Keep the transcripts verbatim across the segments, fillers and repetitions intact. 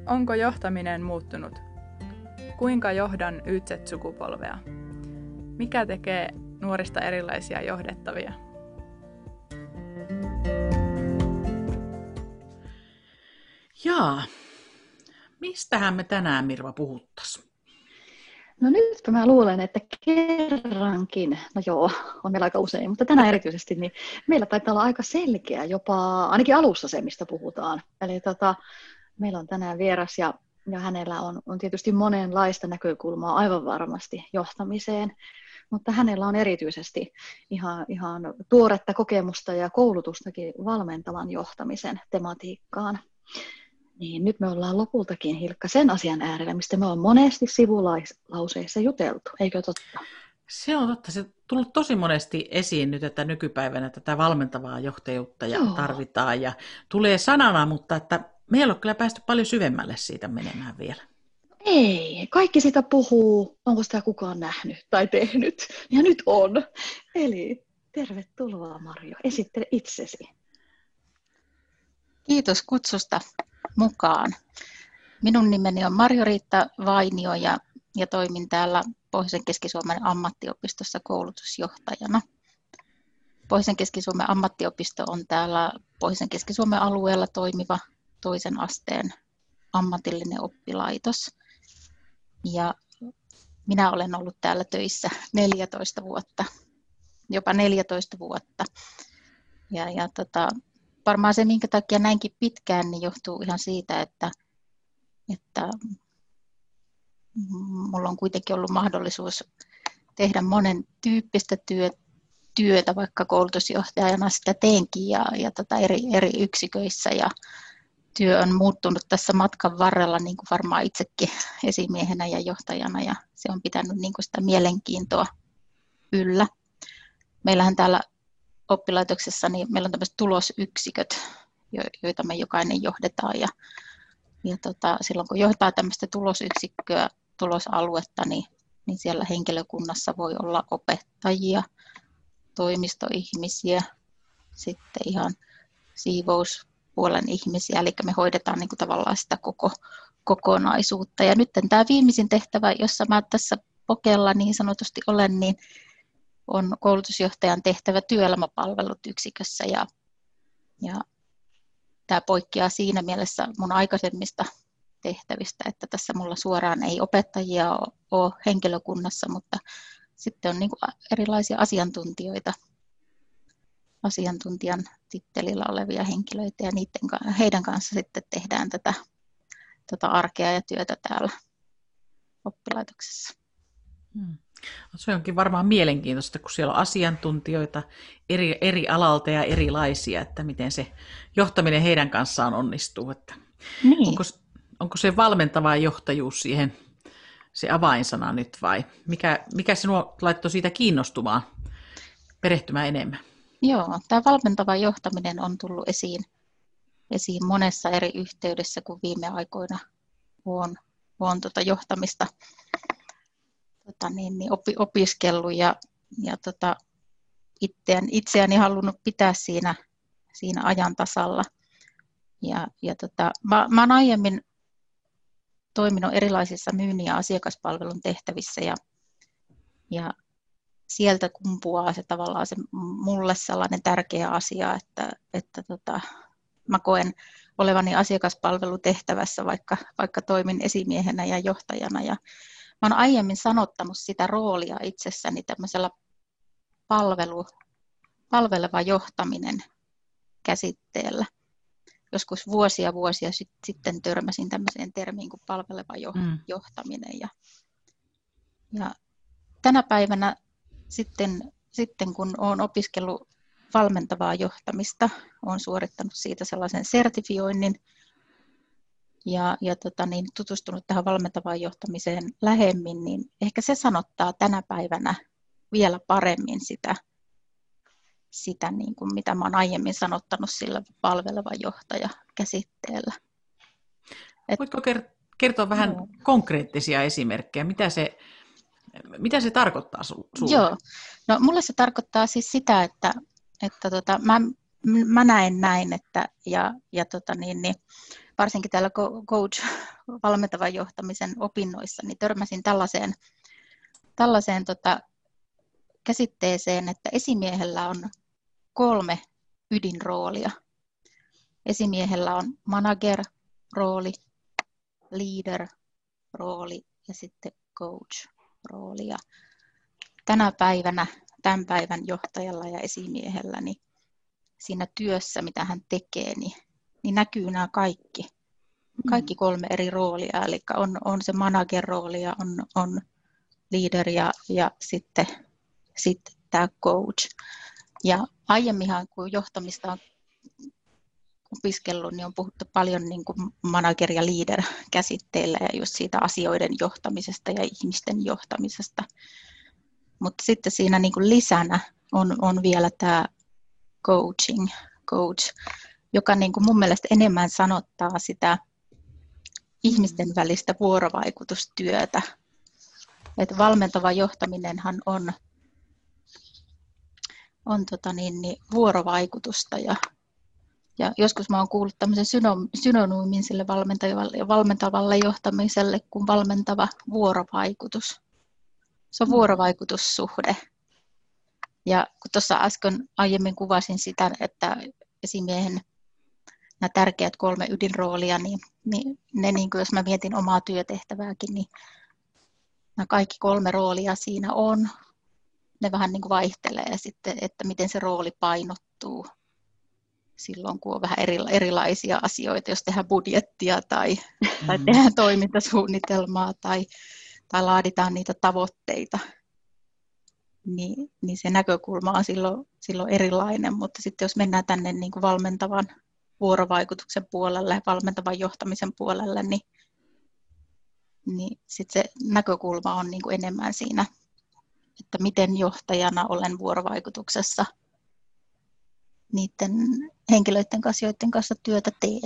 Onko johtaminen muuttunut? Kuinka johdan Y Z-sukupolvea? Mikä tekee nuorista erilaisia johdettavia? Jaa, mistähän me tänään, Mirva, puhuttaisiin? No nytpä mä luulen, että kerrankin, no joo, on meillä aika usein, mutta tänään erityisesti, niin meillä taitaa olla aika selkeä jopa, ainakin alussa se, mistä puhutaan. Eli tota, meillä on tänään vieras ja, ja hänellä on, on tietysti monenlaista näkökulmaa aivan varmasti johtamiseen, mutta hänellä on erityisesti ihan, ihan tuoretta kokemusta ja koulutustakin valmentavan johtamisen tematiikkaan. Niin nyt me ollaan lopultakin, Hilkka, sen asian äärellä, mistä me on monesti sivulauseissa juteltu, eikö totta? Se on totta. Se on tullut tosi monesti esiin nyt, että nykypäivänä tätä valmentavaa johtajuutta ja tarvitaan ja tulee sanana, mutta että me ei ole kyllä päästy paljon syvemmälle siitä menemään vielä. Ei, kaikki sitä puhuu. Onko sitä kukaan nähnyt tai tehnyt? Ja nyt on. Eli tervetuloa, Marjo. Esittele itsesi. Kiitos kutsusta mukaan. Minun nimeni on Marjo-Riitta Vainio ja, ja toimin täällä Pohjoisen Keski-Suomen ammattiopistossa koulutusjohtajana. Pohjoisen Keski-Suomen ammattiopisto on täällä Pohjoisen Keski-Suomen alueella toimiva toisen asteen ammatillinen oppilaitos. Ja minä olen ollut täällä töissä neljätoista vuotta, jopa neljätoista vuotta. Ja, ja tota, varmaan se, minkä takia näinkin pitkään, niin johtuu ihan siitä, että, että mulla on kuitenkin ollut mahdollisuus tehdä monen tyyppistä työ, työtä, vaikka koulutusjohtajana sitä teenkin ja, ja tota eri, eri yksiköissä. Ja työ on muuttunut tässä matkan varrella, niin kuin varmaan itsekin esimiehenä ja johtajana, ja se on pitänyt niin kuin sitä mielenkiintoa yllä. Meillähän täällä oppilaitoksessa niin meillä on tämmöiset tulosyksiköt, joita me jokainen johdetaan. Ja, ja tota, silloin kun johtaa tämmöistä tulosyksikköä, tulosaluetta, niin, niin siellä henkilökunnassa voi olla opettajia, toimistoihmisiä, sitten ihan siivouspuolen ihmisiä, eli me hoidetaan niin kuin tavallaan sitä koko kokonaisuutta. Ja nyt tämä viimeisin tehtävä, jossa mä tässä Pokella niin sanotusti olen, niin on koulutusjohtajan tehtävä työelämäpalvelut yksikössä. Ja, ja tämä poikkeaa siinä mielessä mun aikaisemmista tehtävistä, että tässä mulla suoraan ei opettajia ole henkilökunnassa, mutta sitten on niin kuin erilaisia asiantuntijoita, asiantuntijan tittelillä olevia henkilöitä ja niiden, heidän kanssa sitten tehdään tätä, tätä arkea ja työtä täällä oppilaitoksessa. Hmm. Se onkin varmaan mielenkiintoista, kun siellä on asiantuntijoita eri, eri alalta ja erilaisia, että miten se johtaminen heidän kanssaan onnistuu. Että niin. onko, onko se valmentava johtajuus siihen se avainsana nyt vai mikä, mikä sinua laittoi siitä kiinnostumaan, perehtymään enemmän? Joo, tämä valmentava johtaminen on tullut esiin, esiin monessa eri yhteydessä, kun viime aikoina olen, olen tuota johtamista tota niin, niin opi, opiskellut ja, ja tota, itseäni, itseäni halunnut pitää siinä, siinä ajan tasalla. Ja, ja tota, mä, mä olen aiemmin toiminut erilaisissa myynnin ja asiakaspalvelun tehtävissä ja, ja sieltä kumpuaa se tavallaan se mulle sellainen tärkeä asia, että, että tota, mä koen olevani asiakaspalvelutehtävässä, vaikka, vaikka toimin esimiehenä ja johtajana. Ja mä oon aiemmin sanottanut sitä roolia itsessäni tämmöisellä palvelu, palveleva johtaminen käsitteellä. Joskus vuosia vuosia sitten törmäsin tämmöiseen termiin kuin palveleva johtaminen. Ja, ja tänä päivänä sitten, sitten kun olen opiskellut valmentavaa johtamista, olen suorittanut siitä sellaisen sertifioinnin ja, ja tota niin, tutustunut tähän valmentavaan johtamiseen lähemmin, niin ehkä se sanottaa tänä päivänä vielä paremmin sitä, sitä niin kuin mitä mä olen aiemmin sanottanut sillä palveleva johtaja käsitteellä. Voitko kertoa vähän no. konkreettisia esimerkkejä, mitä se Mitä se tarkoittaa sinulle? Joo, no mulle se tarkoittaa siis sitä, että, että tota, mä, mä näen näin, että ja, ja tota niin, niin, varsinkin täällä coach, valmentavan johtamisen opinnoissa, niin törmäsin tällaiseen, tällaiseen tota, käsitteeseen, että esimiehellä on kolme ydinroolia. Esimiehellä on manager-rooli, leader-rooli ja sitten coach-rooli. Ja tänä päivänä, tämän päivän johtajalla ja esimiehellä, niin siinä työssä, mitä hän tekee, niin, niin näkyy nämä kaikki. Kaikki kolme eri roolia, eli on, on se manager-rooli ja on, on leader ja, ja sitten, sitten tämä coach. Ja aiemminhan, kun johtamista on opiskellut, niin on puhuttu paljon niin kuin manager- ja leader-käsitteillä ja just siitä asioiden johtamisesta ja ihmisten johtamisesta. Mutta sitten siinä niin kuin lisänä on, on vielä tämä coaching, coach, joka niin kuin mun mielestä enemmän sanottaa sitä ihmisten välistä vuorovaikutustyötä. Et valmentava johtaminenhan on, on tota niin, niin vuorovaikutusta ja, ja joskus mä oon kuullut tämmöisen synonyymin sille valmentavalle, valmentavalle johtamiselle kuin valmentava vuorovaikutus. Se on vuorovaikutussuhde. Ja kun tuossa äsken aiemmin kuvasin sitä, että esimiehen nämä tärkeät kolme ydinroolia, niin, niin ne, niin kuin jos mä mietin omaa työtehtävääkin, niin nämä kaikki kolme roolia siinä on. Ne vähän niin kuin vaihtelee sitten, että miten se rooli painottuu silloin, kun on vähän eri, erilaisia asioita, jos tehdään budjettia tai, tai tehdään toimintasuunnitelmaa tai, tai laaditaan niitä tavoitteita. Niin, niin se näkökulma on silloin, silloin erilainen, mutta sitten jos mennään tänne niin kuin valmentavan vuorovaikutuksen puolelle, valmentavan johtamisen puolelle, niin, niin sitten se näkökulma on niin kuin enemmän siinä, että miten johtajana olen vuorovaikutuksessa niiden henkilöiden kanssa, joiden kanssa työtä teen.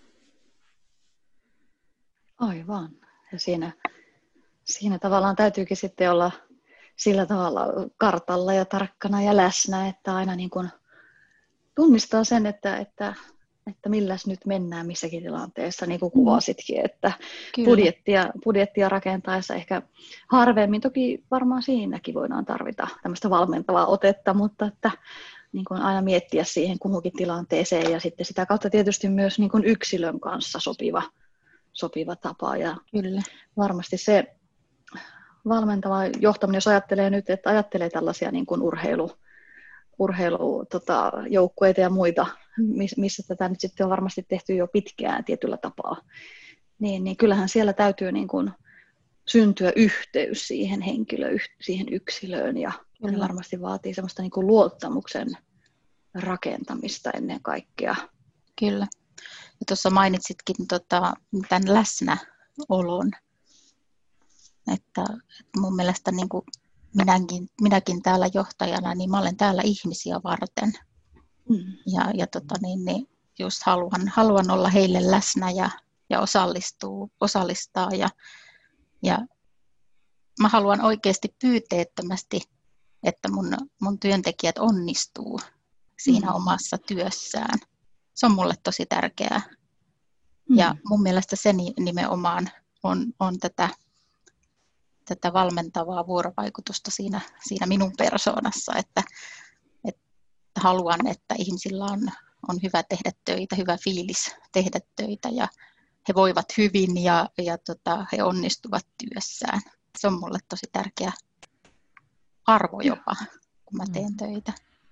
Aivan. Ja siinä, siinä tavallaan täytyykin sitten olla sillä tavalla kartalla ja tarkkana ja läsnä, että aina niin kuin tunnistaa sen, että, että, että milläs nyt mennään missäkin tilanteessa, niin kuin kuvasitkin, että budjettia, budjettia rakentaessa ehkä harvemmin, toki varmaan siinäkin voidaan tarvita tämmöistä valmentavaa otetta, mutta että niin kuin aina miettiä siihen kuhunkin tilanteeseen ja sitten sitä kautta tietysti myös niin kuin yksilön kanssa sopiva, sopiva tapa. Ja Kyllä. Varmasti se valmentava johtaminen, jos ajattelee nyt, että ajattelee tällaisia niin kuin urheilu, urheilujoukkueita tota, ja muita, missä tätä nyt sitten on varmasti tehty jo pitkään tietyllä tapaa, niin, niin kyllähän siellä täytyy niin kuin syntyä yhteys siihen henkilöön, siihen yksilöön ja Kyllä. varmasti vaatii semmoista niin kuin luottamuksen rakentamista ennen kaikkea. Kyllä. Ja tuossa mainitsitkin tota, tämän läsnäolon, että, että mun mielestä niin kuin minäkin, minäkin täällä johtajana, niin mä olen täällä ihmisiä varten. Mm. Ja, ja tota, niin, niin just haluan, haluan olla heille läsnä ja, ja osallistuu, osallistaa ja, ja mä haluan oikeasti pyyteettömästi, että mun, mun työntekijät onnistuu siinä mm. omassa työssään. Se on mulle tosi tärkeää. Mm. Ja mun mielestä se nimenomaan on, on tätä, tätä valmentavaa vuorovaikutusta siinä, siinä minun persoonassa, että, että haluan, että ihmisillä on, on hyvä tehdä töitä, hyvä fiilis tehdä töitä ja he voivat hyvin ja, ja tota, he onnistuvat työssään. Se on mulle tosi tärkeä arvo jopa, kun mä teen töitä.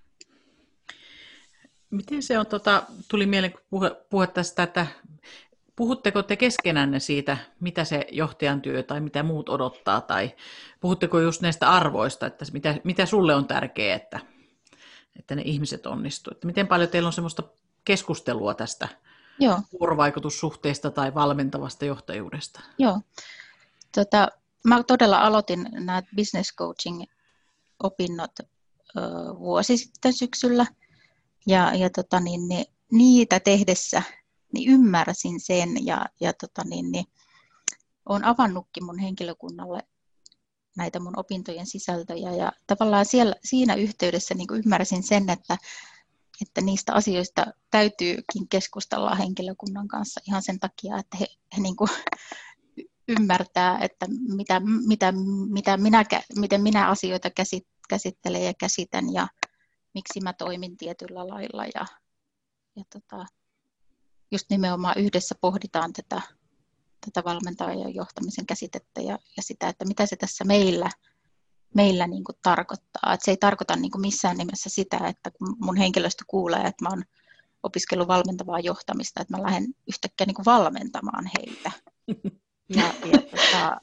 Miten se on, tota, tuli mieleen puhe, puhe tästä, että puhutteko te keskenänne siitä, mitä se johtajan työ tai mitä muut odottaa, tai puhutteko just näistä arvoista, että mitä, mitä sulle on tärkeää, että, että ne ihmiset onnistuvat? Että miten paljon teillä on semmoista keskustelua tästä Joo. vuorovaikutussuhteesta tai valmentavasta johtajuudesta? Joo. Tota, mä todella aloitin nämä business coaching opinnot ö, vuosi sitten syksyllä, ja, ja tota, niin, niin, niitä tehdessä niin ymmärsin sen, ja, ja tota, niin, niin, olen avannutkin mun henkilökunnalle näitä mun opintojen sisältöjä, ja tavallaan siellä, siinä yhteydessä niin ymmärsin sen, että, että niistä asioista täytyykin keskustella henkilökunnan kanssa ihan sen takia, että he, he niin kuin ymmärtää, että mitä, mitä, mitä minä, miten minä asioita käsittelen ja käsitän ja miksi mä toimin tietyllä lailla. Ja, ja tota, just nimenomaan yhdessä pohditaan tätä, tätä valmentajan ja johtamisen käsitettä ja, ja sitä, että mitä se tässä meillä, meillä niin kuin tarkoittaa. Et se ei tarkoita niin kuin missään nimessä sitä, että kun mun henkilöstö kuulee, että mä oon opiskellut valmentavaa johtamista, että mä lähden yhtäkkiä niin kuin valmentamaan heitä. Ja, ja, tota,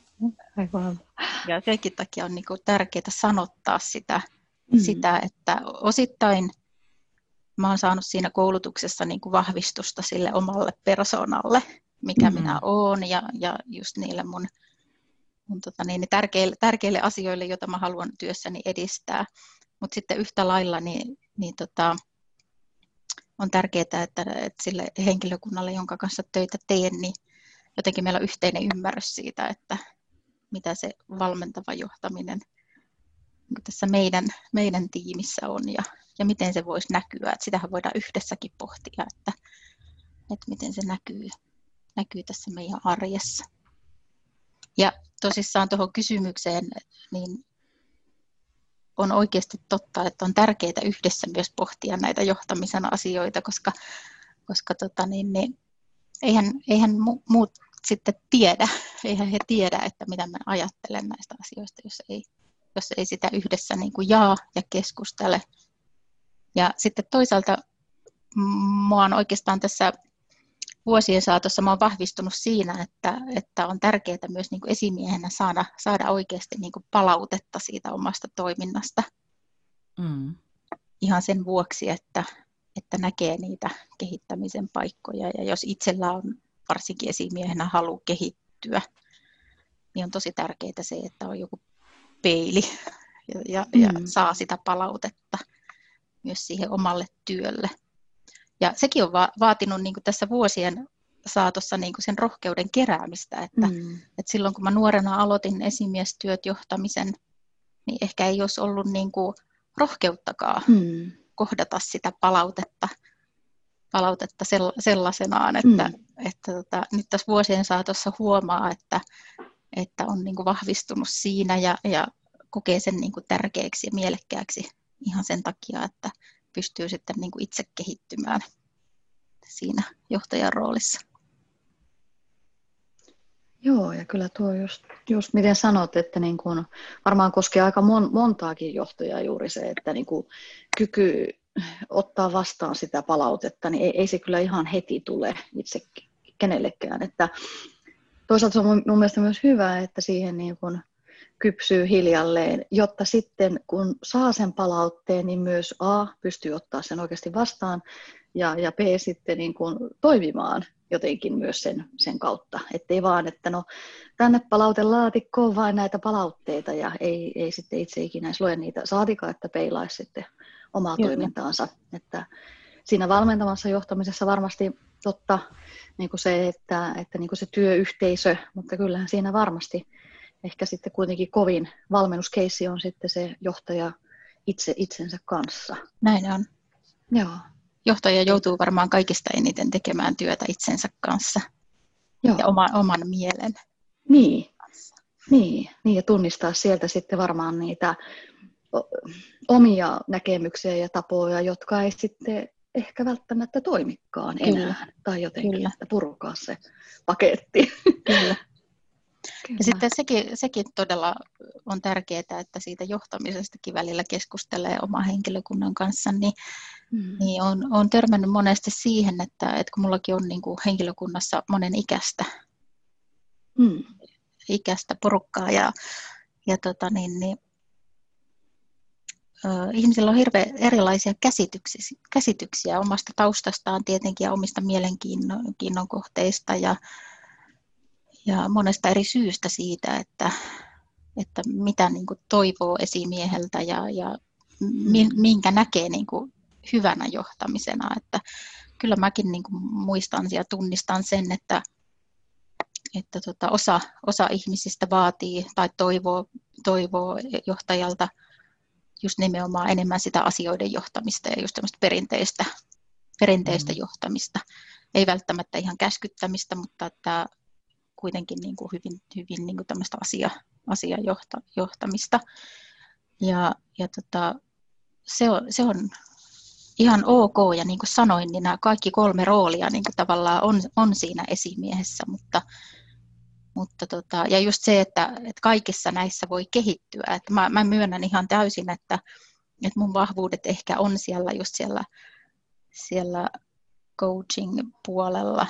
ja senkin takia on niin kuin tärkeää sanottaa sitä, mm. sitä, että osittain mä oon saanut siinä koulutuksessa niin kuin vahvistusta sille omalle persoonalle, mikä mm. minä oon, ja, ja just niille mun, mun tota niin, tärkeille, tärkeille asioille, joita mä haluan työssäni edistää. Mutta sitten yhtä lailla niin, niin tota, on tärkeää, että, että sille henkilökunnalle, jonka kanssa töitä teen, niin jotenkin meillä on yhteinen ymmärrys siitä, että mitä se valmentava johtaminen tässä meidän, meidän tiimissä on ja, ja miten se voisi näkyä. Että sitähän voidaan yhdessäkin pohtia, että, että miten se näkyy, näkyy tässä meidän arjessa. Ja tosissaan tuohon kysymykseen, niin on oikeasti totta, että on tärkeää yhdessä myös pohtia näitä johtamisen asioita, koska, koska tota niin, niin, eihän, eihän muut sitten tiedä, eihän he tiedä, että mitä mä ajattelen näistä asioista, jos ei, jos ei sitä yhdessä niin kuin jaa ja keskustele. Ja sitten toisaalta mä oon oikeastaan tässä vuosien saatossa mä oon vahvistunut siinä, että, että on tärkeää myös niin kuin esimiehenä saada, saada oikeasti niin kuin palautetta siitä omasta toiminnasta. Mm. Ihan sen vuoksi, että, että näkee niitä kehittämisen paikkoja. Ja jos itsellä on varsinkin esimiehenä halu kehittyä, niin on tosi tärkeää se, että on joku peili ja, ja, mm. ja saa sitä palautetta myös siihen omalle työlle. Ja sekin on va- vaatinut niin kuin tässä vuosien saatossa niin kuin sen rohkeuden keräämistä, että, mm. että silloin kun mä nuorena aloitin esimiestyöt johtamisen, niin ehkä ei olisi ollut niin kuin rohkeuttakaan mm. kohdata sitä palautetta, palautetta sellaisenaan, että, mm. että tota, nyt tässä vuosien saatossa huomaa, että, että on niin kuin vahvistunut siinä ja, ja kokee sen niin kuin tärkeäksi ja mielekkääksi ihan sen takia, että pystyy sitten niin kuin itse kehittymään siinä johtajan roolissa. Joo, ja kyllä tuo just, just miten sanot, että niin kuin varmaan koskee aika mon, montaakin johtajaa juuri se, että niin kuin kyky ottaa vastaan sitä palautetta, niin ei, ei se kyllä ihan heti tule itse kenellekään. Että toisaalta se on mun, mun mielestä myös hyvä, että siihen niin kuin kypsyy hiljalleen, jotta sitten kun saa sen palautteen, niin myös A pystyy ottaa sen oikeasti vastaan ja, ja B sitten niin kuin toimimaan jotenkin myös sen, sen kautta. Ettei vaan, että no tänne palautelaatikkoon vain näitä palautteita ja ei, ei sitten itse ikinä edes lue niitä, saatikaan, että peilaisi sitten omaa Kyllä. toimintaansa. Että siinä valmentavassa johtamisessa varmasti totta niin kuin se, että, että niin kuin se työyhteisö, mutta kyllähän siinä varmasti ehkä sitten kuitenkin kovin valmennuskeissi on sitten se johtaja itse itsensä kanssa. Näin on. Joo. Johtaja joutuu varmaan kaikista eniten tekemään työtä itsensä kanssa Joo. ja oma, oman mielen niin. kanssa. Niin. niin, ja tunnistaa sieltä sitten varmaan niitä omia näkemyksiä ja tapoja, jotka ei sitten ehkä välttämättä toimikaan Kyllä. enää. Tai jotenkin, Kyllä. että purkaa se paketti. Kyllä. Kyllä. Ja sitten sekin, sekin todella on tärkeää, että siitä johtamisestakin välillä keskustelee oma henkilökunnan kanssa, niin, mm. niin on, on törmännyt monesti siihen, että, että kun mullakin on niin kuin henkilökunnassa monen ikäistä, mm. ikäistä porukkaa ja, ja tota niin, niin, ö, ihmisillä on hirveän erilaisia käsityksiä, käsityksiä omasta taustastaan tietenkin ja omista mielenkiinnon kohteista ja Ja monesta eri syystä siitä, että, että mitä niin kuin toivoo esimieheltä ja, ja minkä näkee niin kuin hyvänä johtamisena. Että kyllä mäkin niin kuin muistan ja tunnistan sen, että, että tota osa, osa ihmisistä vaatii tai toivoo, toivoo johtajalta just nimenomaan enemmän sitä asioiden johtamista ja just tämmöistä perinteistä, perinteistä mm. johtamista. Ei välttämättä ihan käskyttämistä, mutta että kuitenkin niin kuin hyvin, hyvin niin kuin tämmöistä asia, asiajohtamista. Ja, ja tota, se, on, se on ihan ok, ja niin kuin sanoin, niin nämä kaikki kolme roolia niin kuin tavallaan on, on siinä esimiehessä, mutta, mutta tota, ja just se, että, että kaikissa näissä voi kehittyä. Että mä, mä myönnän ihan täysin, että, että mun vahvuudet ehkä on siellä just siellä, siellä coaching-puolella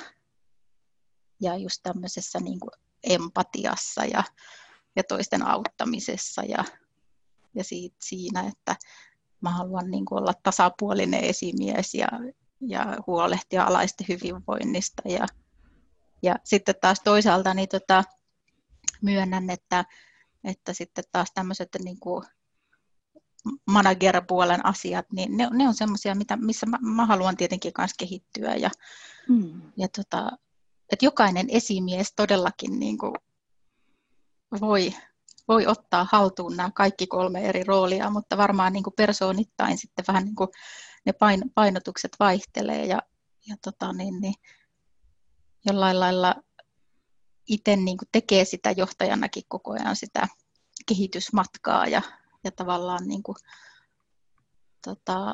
ja just tämmöisessä niin kuin empatiassa ja, ja toisten auttamisessa ja, ja siitä, siinä, että mä haluan niin kuin olla tasapuolinen esimies ja, ja huolehtia alaisten hyvinvoinnista. Ja, ja sitten taas toisaalta niin tota, myönnän, että, että sitten taas tämmöiset niin kuin manager-puolen asiat, niin ne, ne on semmoisia, missä mä, mä haluan tietenkin myös kehittyä. Ja, mm. ja tota, että jokainen esimies todellakin niin kuin voi, voi ottaa haltuun nämä kaikki kolme eri roolia, mutta varmaan niin kuin persoonittain sitten vähän niin kuin ne pain, painotukset vaihtelee ja, ja tota niin, niin jollain lailla itse niin kuin tekee sitä johtajanakin koko ajan sitä kehitysmatkaa ja, ja tavallaan niin kuin, tota,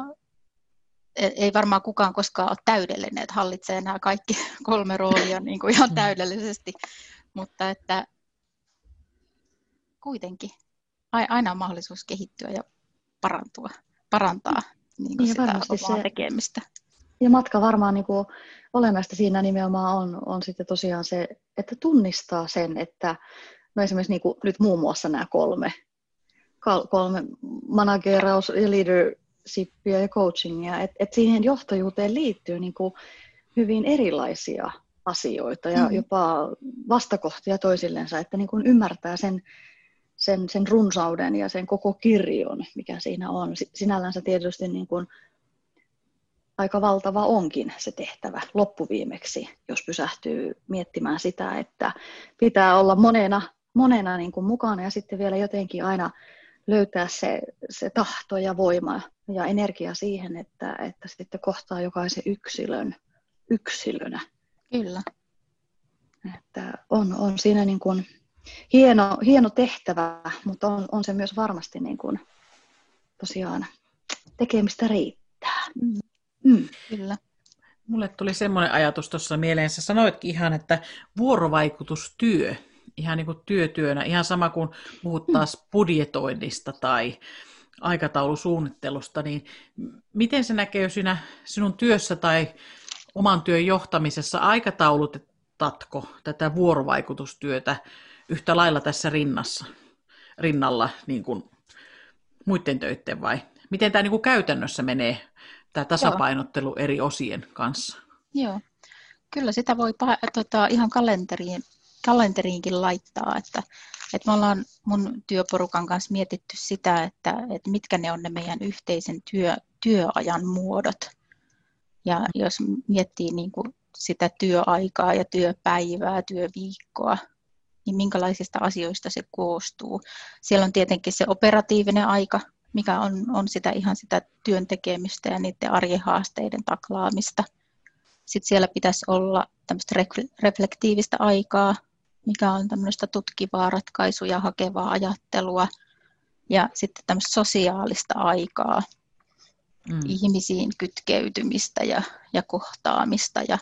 ei varmaan kukaan koskaan ole täydellinen, että hallitsee nämä kaikki kolme roolia niin kuin ihan täydellisesti, mutta että kuitenkin aina on mahdollisuus kehittyä ja parantua, parantaa niin kuin sitä omaa se, tekemistä. Ja matka varmaan niin kuin olennaista siinä nimenomaan on, on sitten tosiaan se, että tunnistaa sen, että no esimerkiksi niin kuin nyt muun muassa nämä kolme, kolme manageraus ja leadershipia ja coachingia, että et siihen johtajuuteen liittyy niin kuin hyvin erilaisia asioita ja mm. jopa vastakohtia toisillensa, että niin kuin ymmärtää sen, sen, sen runsauden ja sen koko kirjon, mikä siinä on. Sinällänsä tietysti niin kuin aika valtava onkin se tehtävä loppuviimeksi, jos pysähtyy miettimään sitä, että pitää olla monena, monena niin kuin mukana ja sitten vielä jotenkin aina löytää se, se tahto ja voima ja energia siihen, että, että sitten kohtaa jokaisen yksilön yksilönä. Kyllä. Että on, on siinä niin kuin hieno, hieno tehtävä, mutta on, on se myös varmasti niin kuin tosiaan tekemistä riittää. Mm. Mm. Kyllä. Mulle tuli semmoinen ajatus tuossa mieleen, sä sanoitkin ihan, että vuorovaikutustyö, ihan niin kuin työtyönä, ihan sama kuin puhuttaisiin mm. budjetoinnista tai aikataulusuunnittelusta, niin miten se näkyy siinä sinun työssä tai oman työn johtamisessa, aikataulutatko tätä vuorovaikutustyötä yhtä lailla tässä rinnassa, rinnalla niin kuin muiden töiden vai miten tämä niin kuin käytännössä menee, tämä tasapainottelu Joo. eri osien kanssa? Joo, kyllä sitä voi tota, ihan kalenteriin, kalenteriinkin laittaa, että, että me ollaan mun työporukan kanssa mietitty sitä, että, että mitkä ne on ne meidän yhteisen työ, työajan muodot. Ja jos miettii niin kuin sitä työaikaa ja työpäivää, työviikkoa, niin minkälaisista asioista se koostuu. Siellä on tietenkin se operatiivinen aika, mikä on, on sitä ihan sitä työn tekemistä ja niiden arjen haasteiden taklaamista. Sitten siellä pitäisi olla tämmöistä reflektiivistä aikaa, mikä on tämmöistä tutkivaa ratkaisuja hakevaa ajattelua. Ja sitten tämmöistä sosiaalista aikaa, mm. ihmisiin kytkeytymistä ja, ja kohtaamista. Ja,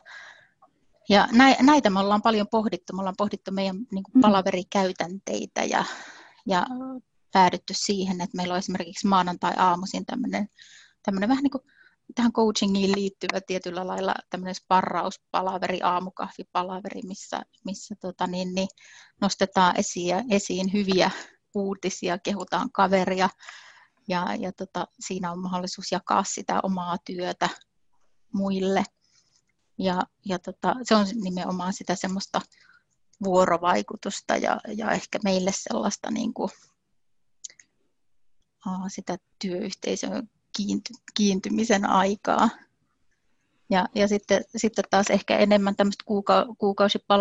ja näitä me ollaan paljon pohdittu. Me ollaan pohdittu meidän niin kuin palaverikäytänteitä ja, ja päädytty siihen, että meillä on esimerkiksi maanantai-aamuisin tämmöinen, tämmöinen vähän niin kuin tähän coachingiin liittyvä tietyllä lailla tämmöinen sparrauspalaveri, aamukahvipalaveri, missä, missä tota niin, niin nostetaan esiin, esiin hyviä uutisia, kehutaan kaveria ja, ja tota, siinä on mahdollisuus jakaa sitä omaa työtä muille. Ja, ja tota, se on nimenomaan sitä semmoista vuorovaikutusta ja, ja ehkä meille sellaista niin kuin, aa, sitä työyhteisön kiinty, kiintymisen aikaa. Ja, ja sitten, sitten taas ehkä enemmän tämmöiset kuuka,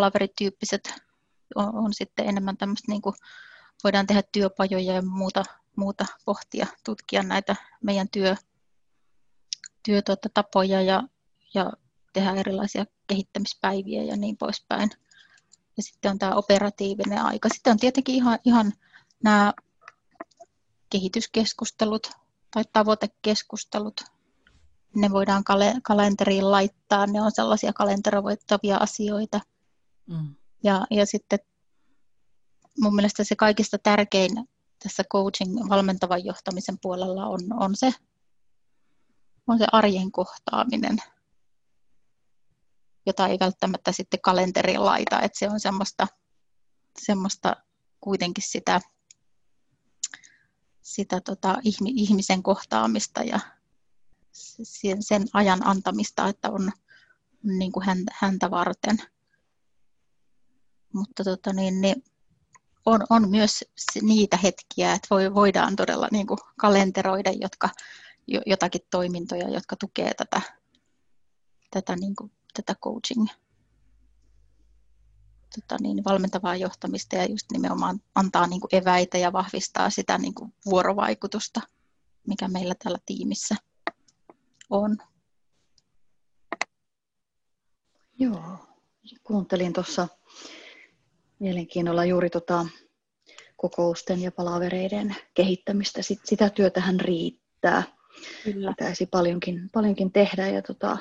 kuukausipalaverityyppiset on, on sitten enemmän tämmöistä, niin kuin voidaan tehdä työpajoja ja muuta, muuta pohtia, tutkia näitä meidän työ, työtapoja ja, ja tehdä erilaisia kehittämispäiviä ja niin poispäin. Ja sitten on tämä operatiivinen aika. Sitten on tietenkin ihan, ihan nämä kehityskeskustelut tai tavoitekeskustelut. Ne voidaan kal- kalenteriin laittaa, ne on sellaisia kalenteroittavia asioita. Mm. Ja, ja sitten mun mielestä se kaikista tärkein tässä coaching valmentavan johtamisen puolella on, on, se, on se arjen kohtaaminen, jota ei välttämättä sitten kalenteriin laita, että se on semmoista, semmoista kuitenkin sitä, sitä tota ihmisen kohtaamista ja sen ajan antamista, että on niin kuin häntä varten. Mutta tota niin, niin on, on myös niitä hetkiä, että voidaan todella niin kuin kalenteroida jotka, jotakin toimintoja, jotka tukee tätä, tätä, niin kuin, tätä coaching tota niin, valmentavaa johtamista ja just nimenomaan antaa niin kuin eväitä ja vahvistaa sitä niin kuin vuorovaikutusta, mikä meillä täällä tiimissä on. Joo, kuuntelin tuossa mielenkiinnolla juuri tota kokousten ja palavereiden kehittämistä. Sit, sitä työtähän riittää. Kyllä. Pitäisi paljonkin, paljonkin tehdä. Ja tota,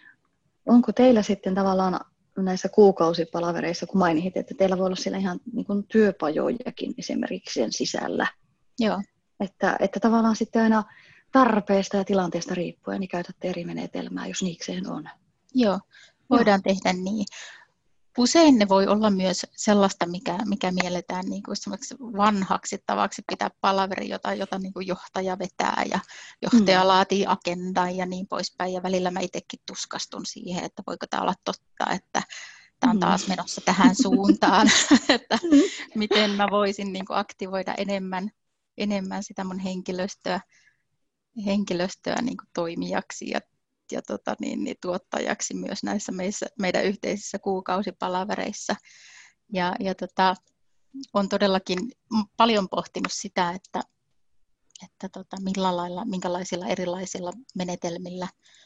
onko teillä sitten tavallaan näissä kuukausipalavereissa, kun mainitsit, että teillä voi olla siellä ihan niin kuin työpajojakin esimerkiksi sen sisällä. Joo. Että, että tavallaan sitten aina tarpeesta ja tilanteesta riippuen niin käytätte eri menetelmää, jos niikseen on. Joo, voidaan Joo. tehdä niin. Usein ne voi olla myös sellaista, mikä, mikä mielletään niin kuin vanhaksi tavaksi pitää palaveri, jota, jota niin kuin johtaja vetää ja johtaja mm. laatii agendan ja niin poispäin. Ja välillä mä itsekin tuskastun siihen, että voiko tämä olla totta, että tämä on taas menossa tähän suuntaan, että miten mä voisin niin kuin aktivoida enemmän, enemmän sitä mun henkilöstöä, henkilöstöä niin kuin toimijaksi ja ja tota, niin, niin, tuottajaksi myös näissä meissä, meidän yhteisissä kuukausipalavereissa. Ja, ja tota, on todellakin paljon pohtinut sitä, että, että tota, millä lailla, minkälaisilla erilaisilla menetelmillä,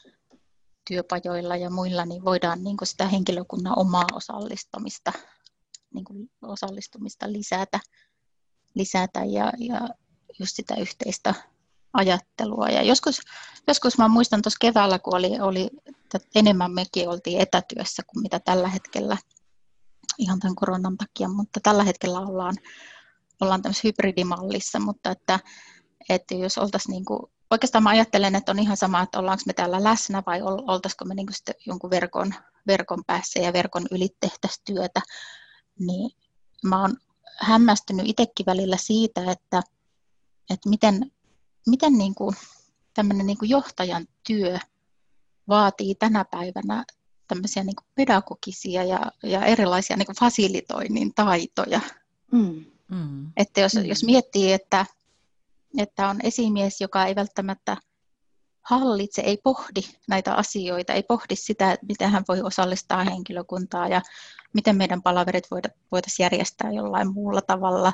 työpajoilla ja muilla niin voidaan niin kuin sitä henkilökunnan omaa osallistumista, niin kuin osallistumista lisätä, lisätä ja, ja just sitä yhteistä ajattelua. Ja joskus, joskus mä muistan tuossa keväällä, kun oli, oli enemmän mekin oltiin etätyössä kuin mitä tällä hetkellä, ihan tämän koronan takia, mutta tällä hetkellä ollaan, ollaan tämmöisessä hybridimallissa, mutta että, että jos oltaisiin niin kuin, oikeastaan mä ajattelen, että on ihan sama, että ollaanko me täällä läsnä vai oltaisiko me niin kuin sitten jonkun verkon, verkon päässä ja verkon yli tehtäisiin työtä, niin mä oon hämmästynyt itsekin välillä siitä, että, että miten Miten niin kuin, tämmöinen niin kuin johtajan työ vaatii tänä päivänä tämmöisiä niin kuin pedagogisia ja, ja erilaisia niin kuin fasilitoinnin taitoja. Mm. Mm. Että jos, mm. jos miettii, että, että on esimies, joka ei välttämättä hallitse, ei pohdi näitä asioita, ei pohdi sitä, miten hän voi osallistaa henkilökuntaa ja miten meidän palaverit voitaisiin järjestää jollain muulla tavalla,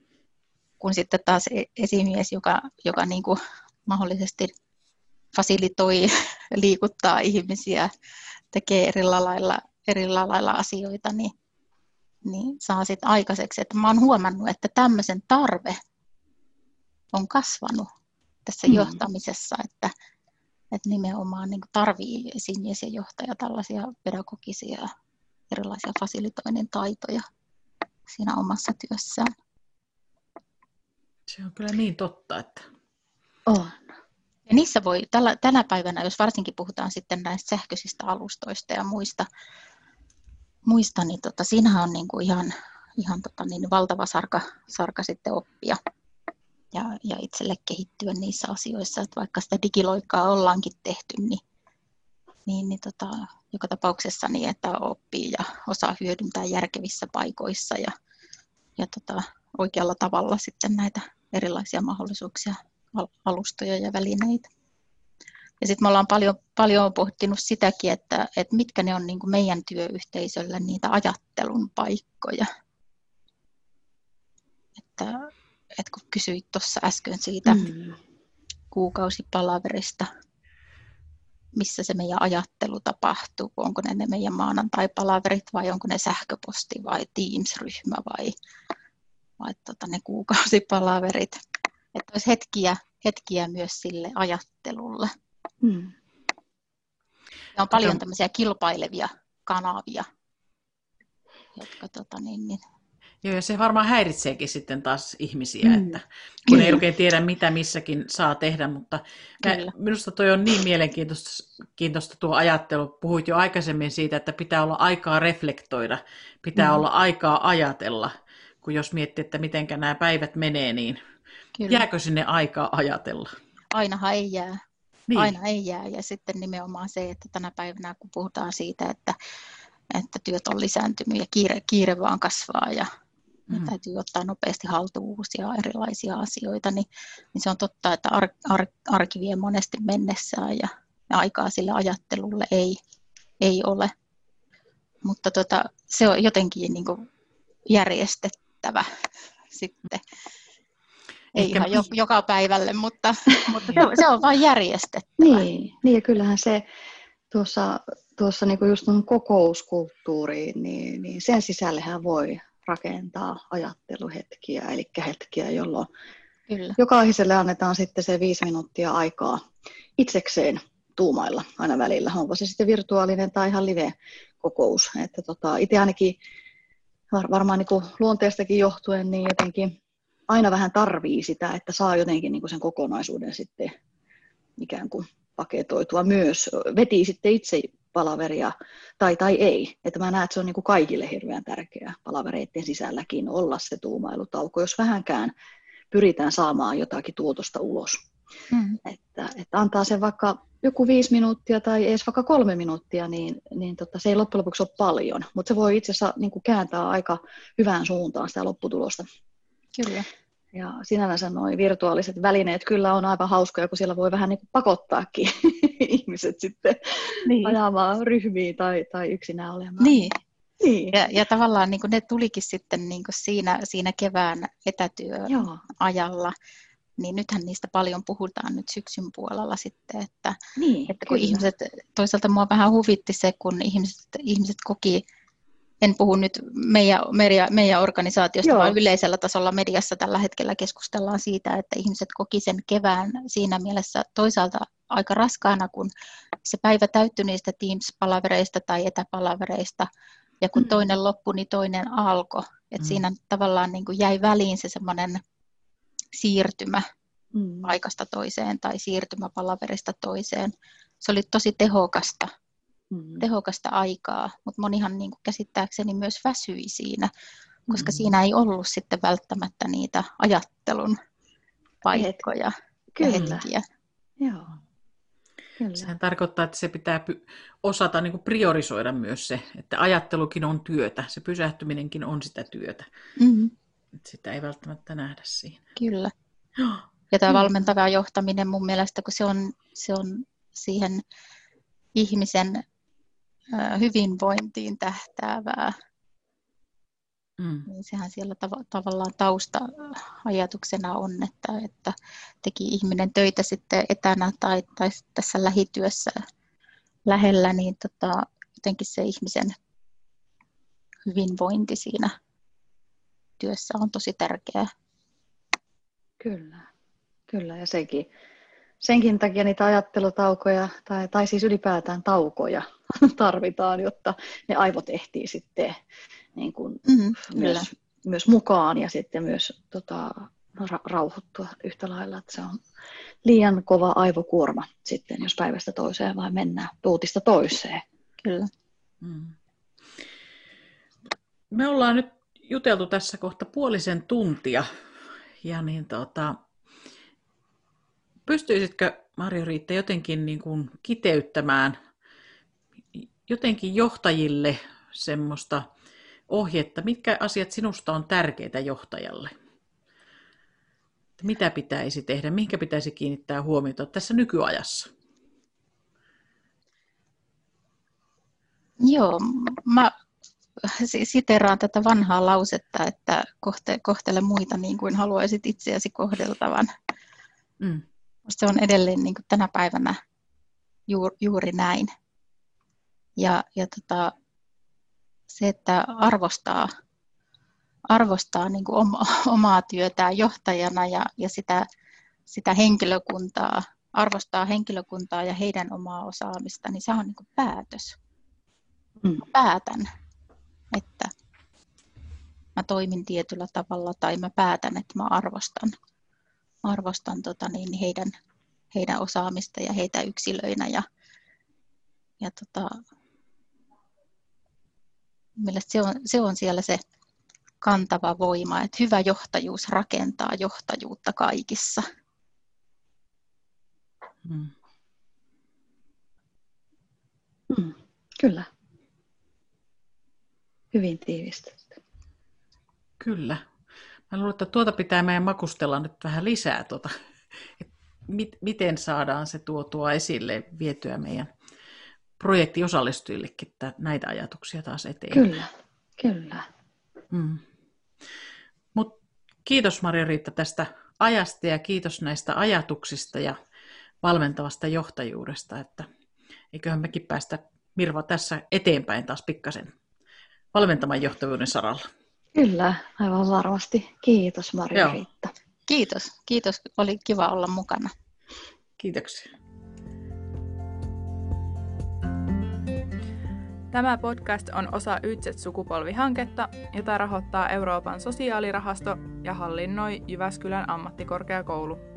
kun sitten taas esimies, joka, joka niin kuin mahdollisesti fasilitoi, liikuttaa ihmisiä, tekee eri lailla, eri lailla asioita, niin, niin saa sitten aikaiseksi. Että mä oon huomannut, että tämmöisen tarve on kasvanut tässä mm. johtamisessa, että, että nimenomaan niin kuin tarvii esimies ja johtaja tällaisia pedagogisia erilaisia fasilitoinnin taitoja siinä omassa työssään. Se on kyllä niin totta, että on. Ja niissä voi tällä, tänä päivänä, jos varsinkin puhutaan sitten näistä sähköisistä alustoista ja muista, muista niin tota, siinähän on niin kuin ihan, ihan tota, niin valtava sarka, sarka sitten oppia ja, ja itselle kehittyä niissä asioissa, että vaikka sitä digiloikkaa ollaankin tehty, niin, niin, niin tota, joka tapauksessa niin, että oppii ja osaa hyödyntää järkevissä paikoissa ja, ja tota, oikealla tavalla sitten näitä erilaisia mahdollisuuksia, alustoja ja välineitä. Ja sitten me ollaan paljon, paljon pohtinut sitäkin, että, että mitkä ne on niin kuin meidän työyhteisöllä niitä ajattelun paikkoja. Että, että kun kysyit tuossa äsken siitä Mm. kuukausipalaverista, missä se meidän ajattelu tapahtuu, onko ne ne meidän maanantai-palaverit vai onko ne sähköposti vai Teams-ryhmä vai, vai tota, ne kuukausipalaverit. Että olisi hetkiä, hetkiä myös sille ajattelulle. Mm. Ja on paljon tämmöisiä kilpailevia kanavia, jotka tota, niin, niin. Joo, ja se varmaan häiritseekin sitten taas ihmisiä, Mm. että kun ei Kyllä. oikein tiedä, mitä missäkin saa tehdä, mutta mä, Kyllä. minusta toi on niin mielenkiintoista kiintoista tuo ajattelu. Puhuit jo aikaisemmin siitä, että pitää olla aikaa reflektoida, pitää Mm. olla aikaa ajatella, kun jos miettii, että miten nämä päivät menee, niin Kyllä. jääkö sinne aikaa ajatella? Ainahan ei jää. Niin. Aina ei jää. Ja sitten nimenomaan se, että tänä päivänä kun puhutaan siitä, että, että työt on lisääntynyt ja kiire, kiire vaan kasvaa ja mm. täytyy ottaa nopeasti haltuun uusia erilaisia asioita, niin, niin se on totta, että ar, ar, arki vie monesti mennessään ja, ja aikaa sille ajattelulle ei, ei ole. Mutta tota, se on jotenkin niin kuin järjestettävä sitten. Ei Ehkä ihan mä... jo, joka päivälle, mutta, mutta se, on, se on vain järjestettävä. Niin, niin ja kyllähän se tuossa, tuossa niinku just tuon kokouskulttuuriin, niin, niin sen sisällehän voi rakentaa ajatteluhetkiä, eli hetkiä, jolloin Kyllä. jokaiselle annetaan sitten se viisi minuuttia aikaa itsekseen tuumailla aina välillä. Onko se sitten virtuaalinen tai ihan live-kokous. Että tota, itse ainakin var, varmaan niin kuin luonteestakin johtuen, niin jotenkin aina vähän tarvii sitä, että saa jotenkin niin kuin sen kokonaisuuden sitten ikään kuin paketoitua myös. Veti sitten itse palaveria tai, tai ei. Että mä näen, että se on niin kuin kaikille hirveän tärkeää palavereiden sisälläkin olla se tuumailutauko, jos vähänkään pyritään saamaan jotakin tuotosta ulos. Mm. Että, että antaa sen vaikka joku viisi minuuttia tai edes vaikka kolme minuuttia, niin, niin tota, se ei loppujen lopuksi ole paljon, mutta se voi itse asiassa niin kuin kääntää aika hyvään suuntaan sitä lopputulosta. Kyllä. Ja sinällänsä nuo virtuaaliset välineet kyllä on aivan hauskoja, kun siellä voi vähän niin kuin pakottaakin ihmiset sitten Niin. ajamaan ryhmiin tai, tai yksinään olemaan. Niin. Niin. Ja, ja tavallaan niin kuin ne tulikin sitten niin kuin siinä, siinä kevään etätyöajalla, niin nythän niistä paljon puhutaan nyt syksyn puolella sitten, että, Niin, että kun kyllä. ihmiset, toisaalta mua vähän huvitti se, kun ihmiset, ihmiset koki, en puhu nyt meidän, meidän, meidän organisaatiosta, Joo. vaan yleisellä tasolla mediassa tällä hetkellä keskustellaan siitä, että ihmiset koki sen kevään siinä mielessä toisaalta aika raskaana, kun se päivä täyttyi niistä Teams-palavereista tai etäpalavereista, ja kun Mm. toinen loppui, niin toinen alkoi. Et Mm. siinä tavallaan niin kuin jäi väliin se semmoinen siirtymä Mm. paikasta toiseen tai siirtymä palaverista toiseen. Se oli tosi tehokasta, Mm. tehokasta aikaa, mutta monihan niin kuin käsittääkseni myös väsyi siinä, koska Mm. siinä ei ollut sitten välttämättä niitä ajattelun paikkoja ja Kyllä. hetkiä. Joo. Kyllä. Sehän tarkoittaa, että se pitää py- osata niin kuin priorisoida myös se, että ajattelukin on työtä, se pysähtyminenkin on sitä työtä. Mm, Että sitä ei välttämättä nähdä siinä. kyllä. Ja tämä Mm. valmentava johtaminen mun mielestä, kun se on, se on siihen ihmisen ö, hyvinvointiin tähtäävää, Mm. niin sehän siellä tav- tavallaan tausta-ajatuksena on, että, että teki ihminen töitä sitten etänä tai, tai tässä lähityössä lähellä, niin tota, jotenkin se ihmisen hyvinvointi siinä työssä on tosi tärkeää. Kyllä, kyllä. Ja senkin, senkin takia niitä ajattelutaukoja, tai, tai siis ylipäätään taukoja tarvitaan, jotta ne aivot ehtii sitten niin kuin Mm, kyllä. myös, myös mukaan ja sitten myös tota, ra- rauhoittua yhtä lailla. Että se on liian kova aivokuorma sitten, jos päivästä toiseen vaan mennään tuutista toiseen. Kyllä. Mm. Me ollaan nyt juteltu tässä kohta puolisen tuntia. Ja niin tota, pystyisitkö, Marjo-Riitta, jotenkin niin kuin kiteyttämään jotenkin johtajille semmoista ohjetta, mitkä asiat sinusta on tärkeitä johtajalle? Mitä pitäisi tehdä, mihinkä pitäisi kiinnittää huomiota tässä nykyajassa? Joo, mä siteraan tätä vanhaa lausetta, että kohte, kohtele muita niin kuin haluaisit itseäsi kohdeltavan. Mm. Se on edelleen niin kuin tänä päivänä juuri, juuri näin. Ja, ja tota, se, että arvostaa, arvostaa niin kuin oma, omaa työtään johtajana ja, ja sitä, sitä henkilökuntaa, arvostaa henkilökuntaa ja heidän omaa osaamista, niin se on niin kuin päätös. Mm. Päätän, että mä toimin tietyllä tavalla tai mä päätän, että mä arvostan, arvostan tota niin, heidän, heidän osaamista ja heitä yksilöinä. Ja, ja tota, mielestäni se on, se on siellä se kantava voima, että hyvä johtajuus rakentaa johtajuutta kaikissa. Mm. Mm, kyllä. Hyvin tiivistetty. Kyllä. Mä luulen, että tuota pitää meidän makustella nyt vähän lisää, tuota, että mit, miten saadaan se tuotua esille, vietyä meidän projektiosallistujillekin näitä ajatuksia taas eteen. Kyllä, kyllä. Mm. Mut kiitos Marja-Riitta tästä ajasta ja kiitos näistä ajatuksista ja valmentavasta johtajuudesta, että eiköhän mekin päästä Mirva tässä eteenpäin taas pikkasen valmentavan johtajuuden saralla. Kyllä, aivan varmasti. Kiitos Marja-Riitta. Kiitos, kiitos. Oli kiva olla mukana. Kiitoksia. Tämä podcast on osa Y Z T-sukupolvihanketta, jota rahoittaa Euroopan sosiaalirahasto ja hallinnoi Jyväskylän ammattikorkeakoulu.